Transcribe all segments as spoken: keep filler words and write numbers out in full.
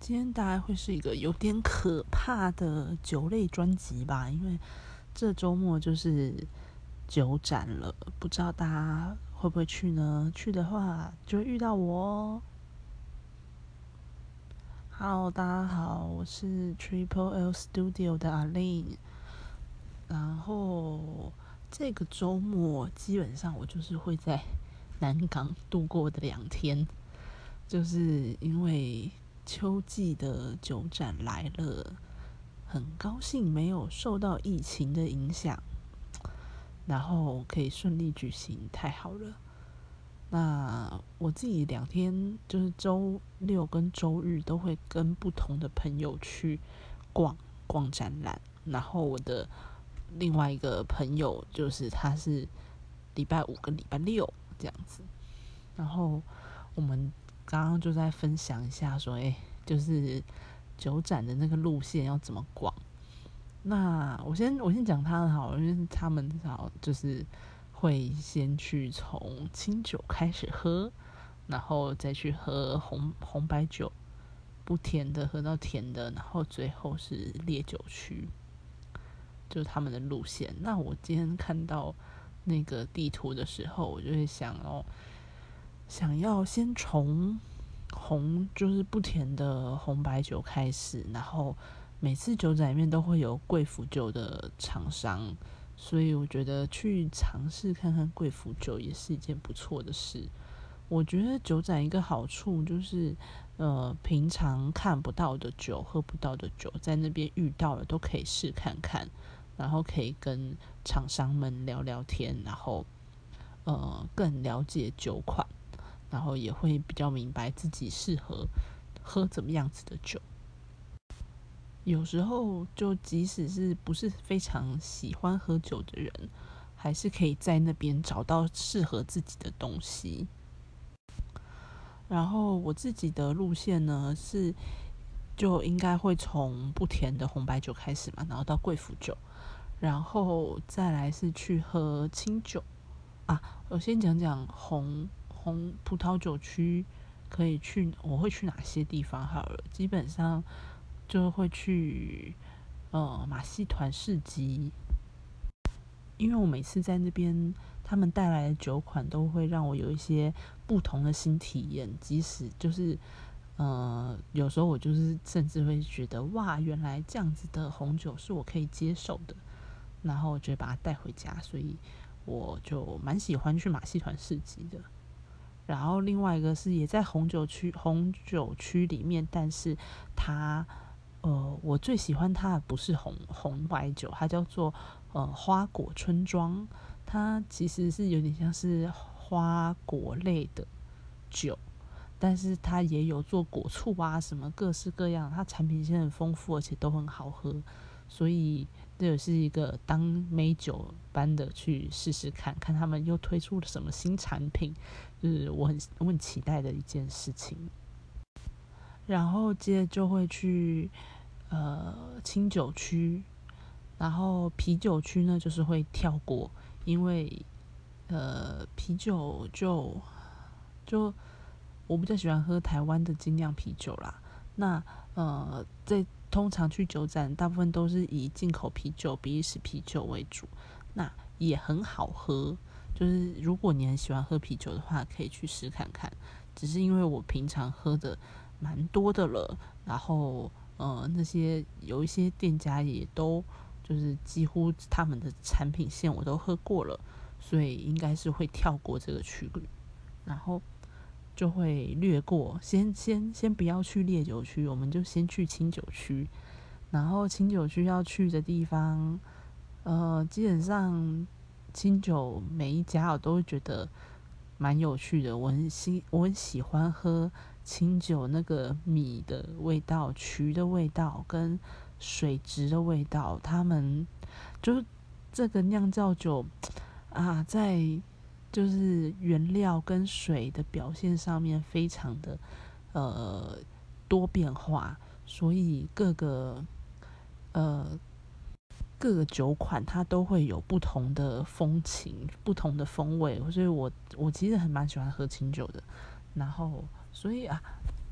今天大概会是一个有点可怕的酒类专辑吧，因为这周末就是酒展了，不知道大家会不会去呢？去的话就会遇到我哦。Hello，大家好，我是 Triple L Studio 的阿令。然后这个周末基本上我就是会在南港度过的两天，就是因为秋季的酒展来了，很高兴没有受到疫情的影响，然后可以顺利举行，太好了。那我自己两天就是周六跟周日都会跟不同的朋友去逛逛展览，然后我的另外一个朋友就是他是礼拜五跟礼拜六这样子，然后我们刚刚就在分享一下说，哎、欸，就是酒展的那个路线要怎么逛。那我先我先讲他的好了，因为他们好就是会先去从清酒开始喝，然后再去喝红红白酒，不甜的喝到甜的，然后最后是烈酒区，就是他们的路线。那我今天看到那个地图的时候，我就会想哦，想要先从红就是不甜的红白酒开始，然后每次酒展里面都会有贵腐酒的厂商，所以我觉得去尝试看看贵腐酒也是一件不错的事。我觉得酒展一个好处就是，呃，平常看不到的酒、喝不到的酒，在那边遇到了都可以试看看，然后可以跟厂商们聊聊天，然后呃更了解酒款，然后也会比较明白自己适合喝怎么样子的酒。有时候就即使是不是非常喜欢喝酒的人，还是可以在那边找到适合自己的东西。然后我自己的路线呢是，就应该会从不甜的红白酒开始嘛，然后到贵腐酒，然后再来是去喝清酒啊。我先讲讲红红葡萄酒区可以去，我会去哪些地方好了。基本上就会去呃马戏团市集，因为我每次在那边，他们带来的酒款都会让我有一些不同的新体验。即使就是呃，有时候我就是甚至会觉得哇，原来这样子的红酒是我可以接受的，然后我就会把它带回家，所以我就蛮喜欢去马戏团市集的。然后另外一个是也在红酒区红酒区里面，但是它呃，我最喜欢它的不是红红白酒，它叫做呃花果村庄，它其实是有点像是花果类的酒，但是它也有做果醋啊，什么各式各样，它产品线很丰富，而且都很好喝，所以这也是一个当美酒般的去试试看，看他们又推出了什么新产品，就是我很我很期待的一件事情。然后接着就会去呃清酒区，然后啤酒区呢就是会跳过，因为呃啤酒就就我比较喜欢喝台湾的精酿啤酒啦。那呃在通常去酒展，大部分都是以进口啤酒、比利时啤酒为主，那也很好喝。就是如果你很喜欢喝啤酒的话，可以去试看看。只是因为我平常喝的蛮多的了，然后呃那些有一些店家也都就是几乎他们的产品线我都喝过了，所以应该是会跳过这个区域，然后就会略过，先先先不要去烈酒区，我们就先去清酒区。然后清酒区要去的地方，呃，基本上清酒每一家我都会觉得蛮有趣的。我很喜我很喜欢喝清酒那个米的味道、曲的味道跟水质的味道。他们就是这个酿造酒啊，在就是原料跟水的表现上面非常的呃多变化，所以各个呃各个酒款它都会有不同的风情、不同的风味，所以我我其实很蛮喜欢喝清酒的。然后，所以啊，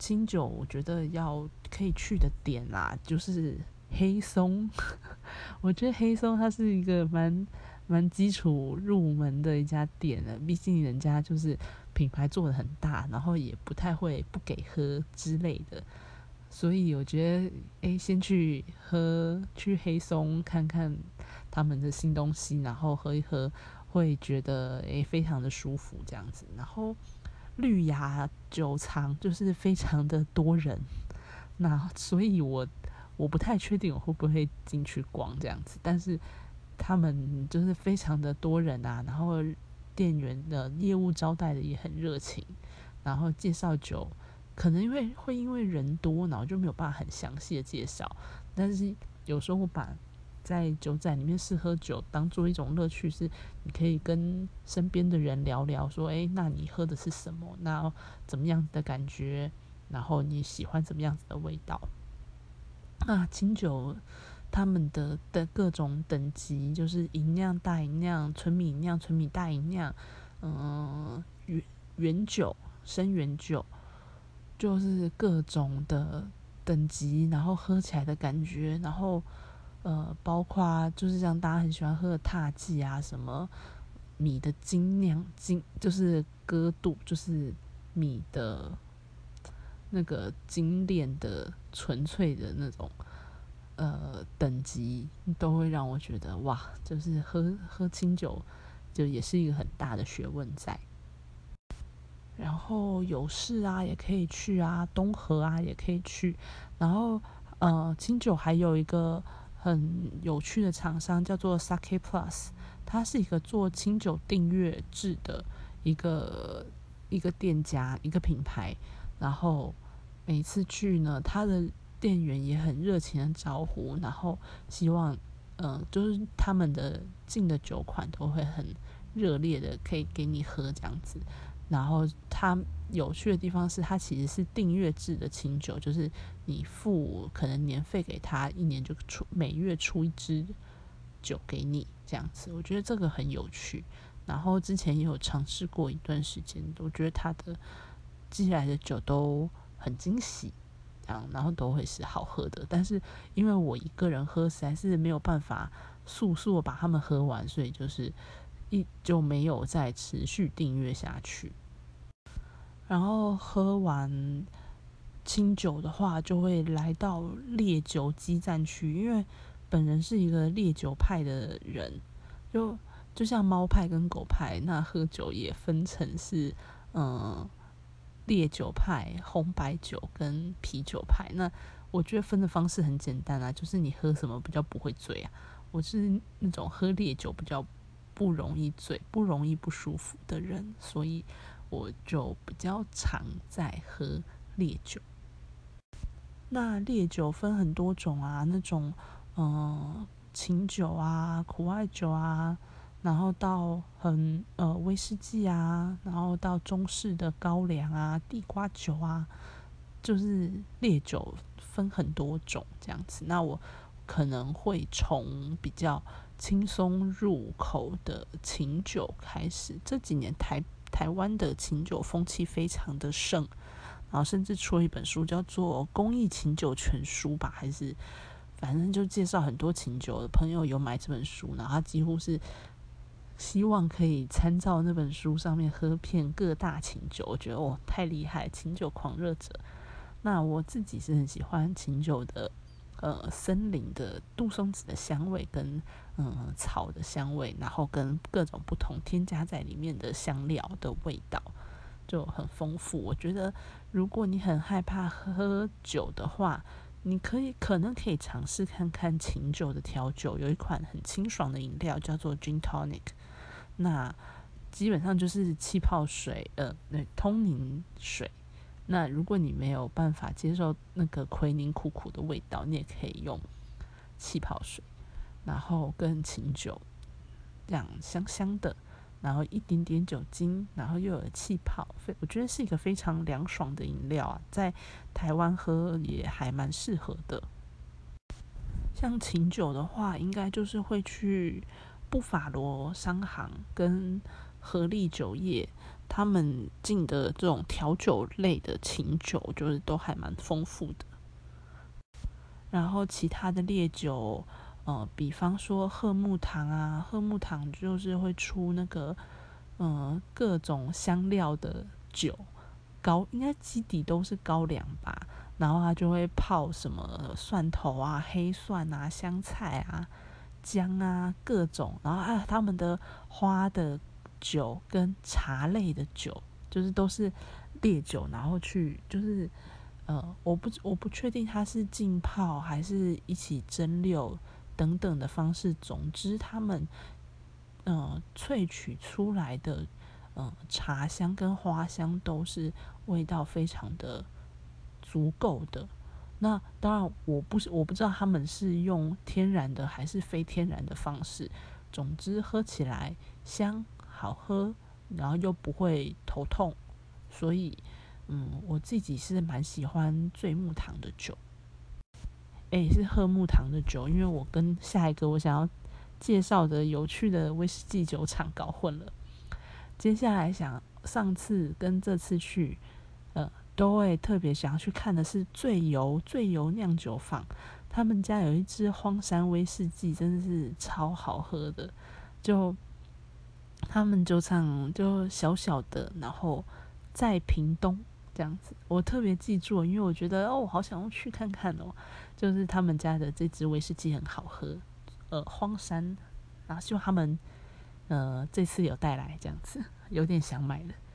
清酒我觉得要可以去的点啦，就是黑松。我觉得黑松它是一个蛮蛮基础入门的一家店的，毕竟人家就是品牌做的很大，然后也不太会不给喝之类的，所以我觉得哎，先去喝去黑松看看他们的新东西，然后喝一喝，会觉得哎非常的舒服这样子。然后绿芽酒厂就是非常的多人，那所以我我不太确定我会不会进去逛这样子，但是他们就是非常的多人啊，然后店员的业务招待的也很热情，然后介绍酒可能因为会因为人多，然后就没有办法很详细的介绍，但是有时候我把在酒展里面试喝酒当做一种乐趣，是你可以跟身边的人聊聊说，哎，那你喝的是什么？那怎么样子的感觉？然后你喜欢怎么样子的味道？那清酒他们的的各种等级，就是银酿、大银酿、纯米酿、纯米大银酿，嗯，原原酒、生原酒，就是各种的等级，然后喝起来的感觉，然后呃，包括就是像大家很喜欢喝的踏剂啊，什么米的精酿精，就是割度，就是米的那个精炼的纯粹的那种呃等级，都会让我觉得哇，就是喝喝清酒就也是一个很大的学问在。然后有事啊也可以去啊，东河啊也可以去。然后呃，清酒还有一个很有趣的厂商叫做 Sake Plus， 它是一个做清酒订阅制的一个一个店家一个品牌。然后每次去呢，他的店员也很热情的招呼，然后希望嗯、呃，就是他们的进的酒款都会很热烈的可以给你喝这样子。然后它有趣的地方是，它其实是订阅制的清酒，就是你付可能年费给他，一年就出每月出一支酒给你这样子。我觉得这个很有趣。然后之前也有尝试过一段时间，我觉得它的寄来的酒都很惊喜，这样然后都会是好喝的。但是因为我一个人喝，实在是没有办法速速的把它们喝完，所以就是一就没有再持续订阅下去。然后喝完清酒的话，就会来到烈酒基站区，因为本人是一个烈酒派的人，就就像猫派跟狗派，那喝酒也分成是嗯烈酒派、红白酒跟啤酒派。那我觉得分的方式很简单啊，就是你喝什么比较不会醉啊。我是那种喝烈酒比较不容易醉、不容易不舒服的人，所以我就比较常在喝烈酒。那烈酒分很多种啊，那种嗯清酒啊、苦艾酒啊，然后到很呃威士忌啊，然后到中式的高粱啊、地瓜酒啊，就是烈酒分很多种这样子。那我可能会从比较轻松入口的清酒开始。这几年台台湾的清酒风气非常的盛，然后甚至出了一本书叫做《工艺清酒全书》吧，还是反正就介绍很多清酒的朋友有买这本书，然后他几乎是希望可以参照那本书上面喝遍各大清酒。我觉得哦太厉害，清酒狂热者。那我自己是很喜欢清酒的呃森林的杜松子的香味跟嗯草的香味，然后跟各种不同添加在里面的香料的味道就很丰富。我觉得如果你很害怕喝酒的话，你可以可能可以尝试看看清酒的调酒，有一款很清爽的饮料叫做 Gin Tonic， 那基本上就是气泡水呃通宁水。那如果你没有办法接受那个奎宁苦苦的味道，你也可以用气泡水，然后跟清酒这样香香的，然后一点点酒精，然后又有气泡，我觉得是一个非常凉爽的饮料啊，在台湾喝也还蛮适合的。像清酒的话，应该就是会去布法罗商行跟合力酒业， 他们进的这种调酒类的琴酒，就是都还蛮丰富的。然后其他的烈酒，呃，比方说鹤木堂啊，鹤木堂就是会出那个，嗯、呃，各种香料的酒，高应该基底都是高粱吧，然后它就会泡什么蒜头啊、黑蒜啊、香菜啊、姜啊各种，然后还有他们的花的酒跟茶类的酒，就是都是烈酒，然后去就是呃，我不我不确定它是浸泡还是一起蒸馏等等的方式，总之他们呃萃取出来的呃茶香跟花香都是味道非常的足够的。那当然我不是我不知道他们是用天然的还是非天然的方式，总之喝起来香好喝，然后又不会头痛，所以嗯我自己是蛮喜欢醉木堂的酒。诶，是鹤木堂的酒，因为我跟下一个我想要介绍的有趣的威士忌酒厂搞混了。接下来想上次跟这次去，呃，都会特别想要去看的是醉游醉游酿酒坊，他们家有一支荒山威士忌，真的是超好喝的。就他们酒厂就小小的，然后在屏东这样子，我特别记住了，因为我觉得哦，我好想要去看看哦。就是他们家的这支威士忌很好喝，呃，荒山，然后希望他们呃这次有带来这样子，有点想买了。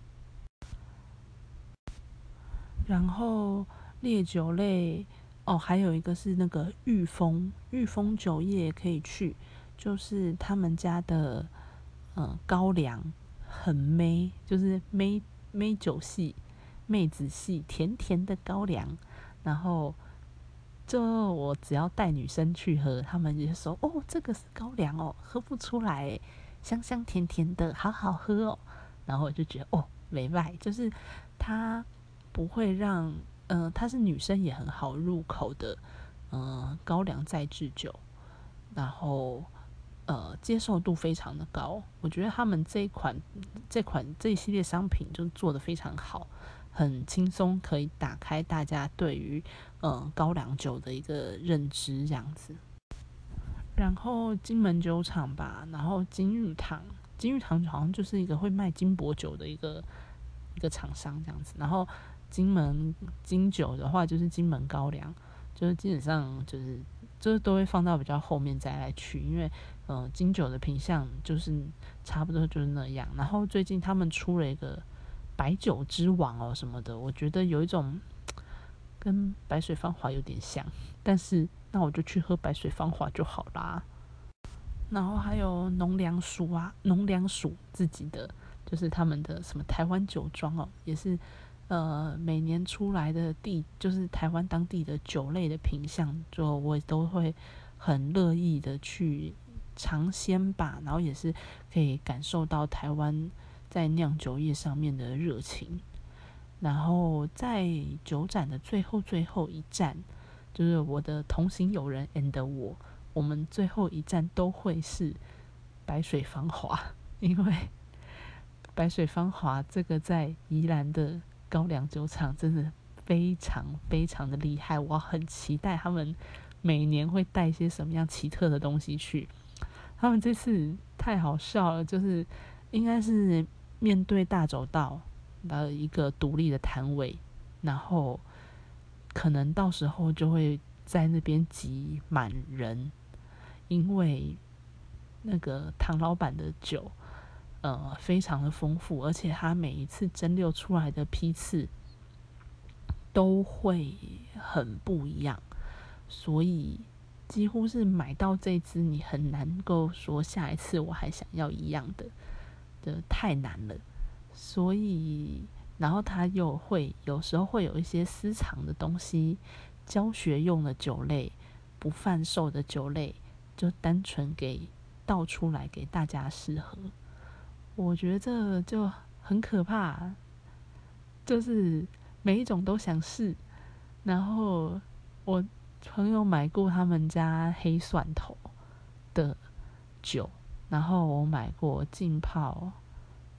然后烈酒类哦，还有一个是那个裕丰，裕丰酒业可以去，就是他们家的呃高粱很妹，就是妹妹酒系、妹子系，甜甜的高粱。然后就我只要带女生去喝，他们就说哦，这个是高粱哦，喝不出来，香香甜甜的，好好喝哦。然后我就觉得哦，没赖，就是它不会让，呃，它是女生也很好入口的，呃，高粱再制酒，然后呃，接受度非常的高。我觉得他们这一款、这款这一系列商品就做得非常好，很轻松可以打开大家对于呃高粱酒的一个认知这样子。然后金门酒厂吧，然后金玉堂，金玉堂好像就是一个会卖金箔酒的一个一个厂商这样子。然后金门金酒的话，就是金门高粱，就是基本上就是就是都会放到比较后面再来去，因为呃金酒的品相就是差不多就是那样。然后最近他们出了一个白酒之王哦什么的，我觉得有一种跟白水芳华有点像，但是那我就去喝白水芳华就好啦。然后还有农粮署啊，农粮署自己的就是他们的什么台湾酒庄哦，也是呃每年出来的地就是台湾当地的酒类的品相，就我都会很乐意的去尝鲜吧，然后也是可以感受到台湾在酿酒业上面的热情。然后在酒展的最后最后一站，就是我的同行友人 and 我，我们最后一站都会是白水芳华，因为白水芳华这个在宜兰的高粱酒厂真的非常非常的厉害，我很期待他们每年会带一些什么样奇特的东西去。他们这次太好笑了，就是应该是面对大走道的一个独立的摊位，然后可能到时候就会在那边挤满人，因为那个唐老板的酒，呃，非常的丰富，而且他每一次蒸馏出来的批次都会很不一样，所以几乎是买到这支，你很难够说下一次我还想要一样的，的太难了。所以，然后它又会有时候会有一些私藏的东西，教学用的酒类，不贩售的酒类，就单纯给倒出来给大家试喝。我觉得这就很可怕，就是每一种都想试。然后我朋友买过他们家黑蒜头的酒，然后我买过浸泡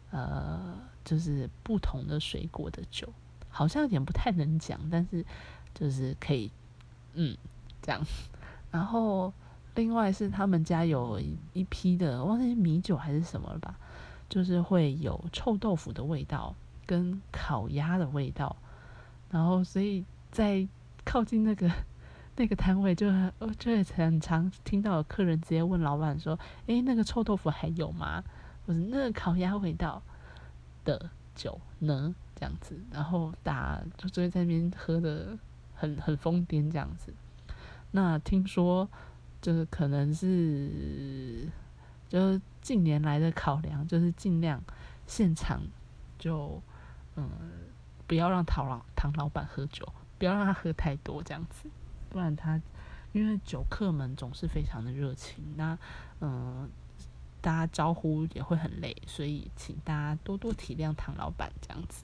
呃，就是不同的水果的酒，好像有点不太能讲，但是就是可以，嗯，这样。然后另外是他们家有一批的，忘记是米酒还是什么了吧，就是会有臭豆腐的味道跟烤鸭的味道，然后所以在靠近那个那个摊位就很，就会很常听到有客人直接问老板说：“诶，那个臭豆腐还有吗？或者那个烤鸭味道的酒呢？”这样子，然后大家就就会在那边喝的很很疯癫这样子。那听说就是可能是就是近年来的考量，就是尽量现场就嗯不要让唐老唐老板喝酒，不要让他喝太多这样子，不然他因为酒客们总是非常的热情，那嗯大家招呼也会很累，所以请大家多多体谅唐老板这样子。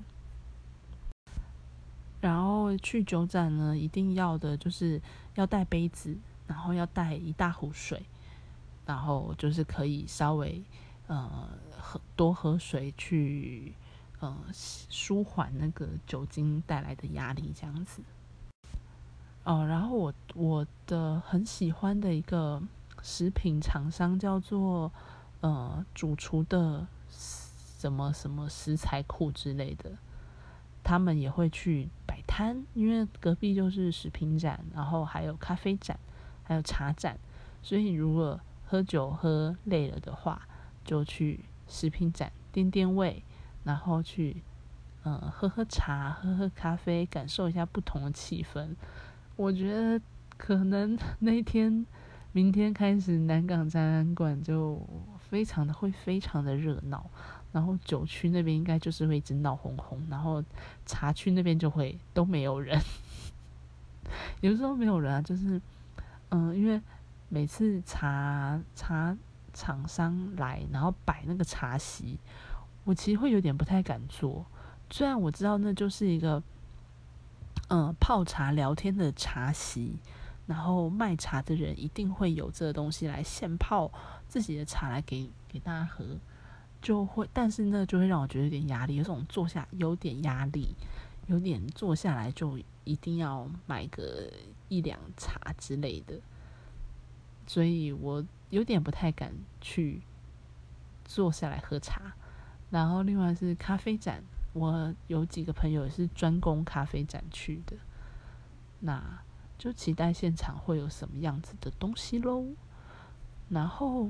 然后去酒展呢，一定要的就是要带杯子，然后要带一大壶水，然后就是可以稍微呃喝多喝水去呃舒缓那个酒精带来的压力这样子。哦，然后我我的很喜欢的一个食品厂商叫做呃主厨的什么什么食材库之类的，他们也会去摆摊，因为隔壁就是食品展，然后还有咖啡展，还有茶展，所以如果喝酒喝累了的话，就去食品展垫垫胃，然后去呃喝喝茶，喝喝咖啡，感受一下不同的气氛。我觉得可能那一天，明天开始南港展览馆就非常的会非常的热闹，然后酒区那边应该就是会一直闹哄哄，然后茶区那边就会都没有人。有时候没有人啊，就是嗯，因为每次茶茶厂商来，然后摆那个茶席，我其实会有点不太敢做，虽然我知道那就是一个嗯泡茶聊天的茶席，然后卖茶的人一定会有这个东西来现泡自己的茶来给给大家喝，就会，但是呢就会让我觉得有点压力，有种坐下有点压力，有点坐下来就一定要买个一两茶之类的，所以我有点不太敢去坐下来喝茶。然后另外是咖啡展，我有几个朋友也是专攻咖啡展去的，那就期待现场会有什么样子的东西咯。然后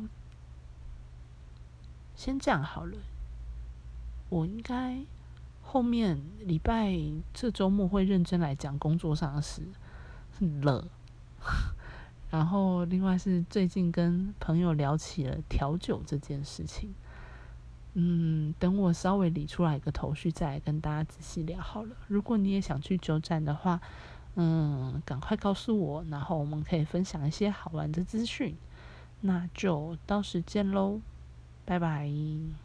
先这样好了，我应该后面礼拜这周末会认真来讲工作上的事了。然后另外是最近跟朋友聊起了调酒这件事情，嗯，等我稍微理出来一个头绪，再来跟大家仔细聊好了。如果你也想去酒展的话，嗯，赶快告诉我，然后我们可以分享一些好玩的资讯。那就到时见喽，拜拜。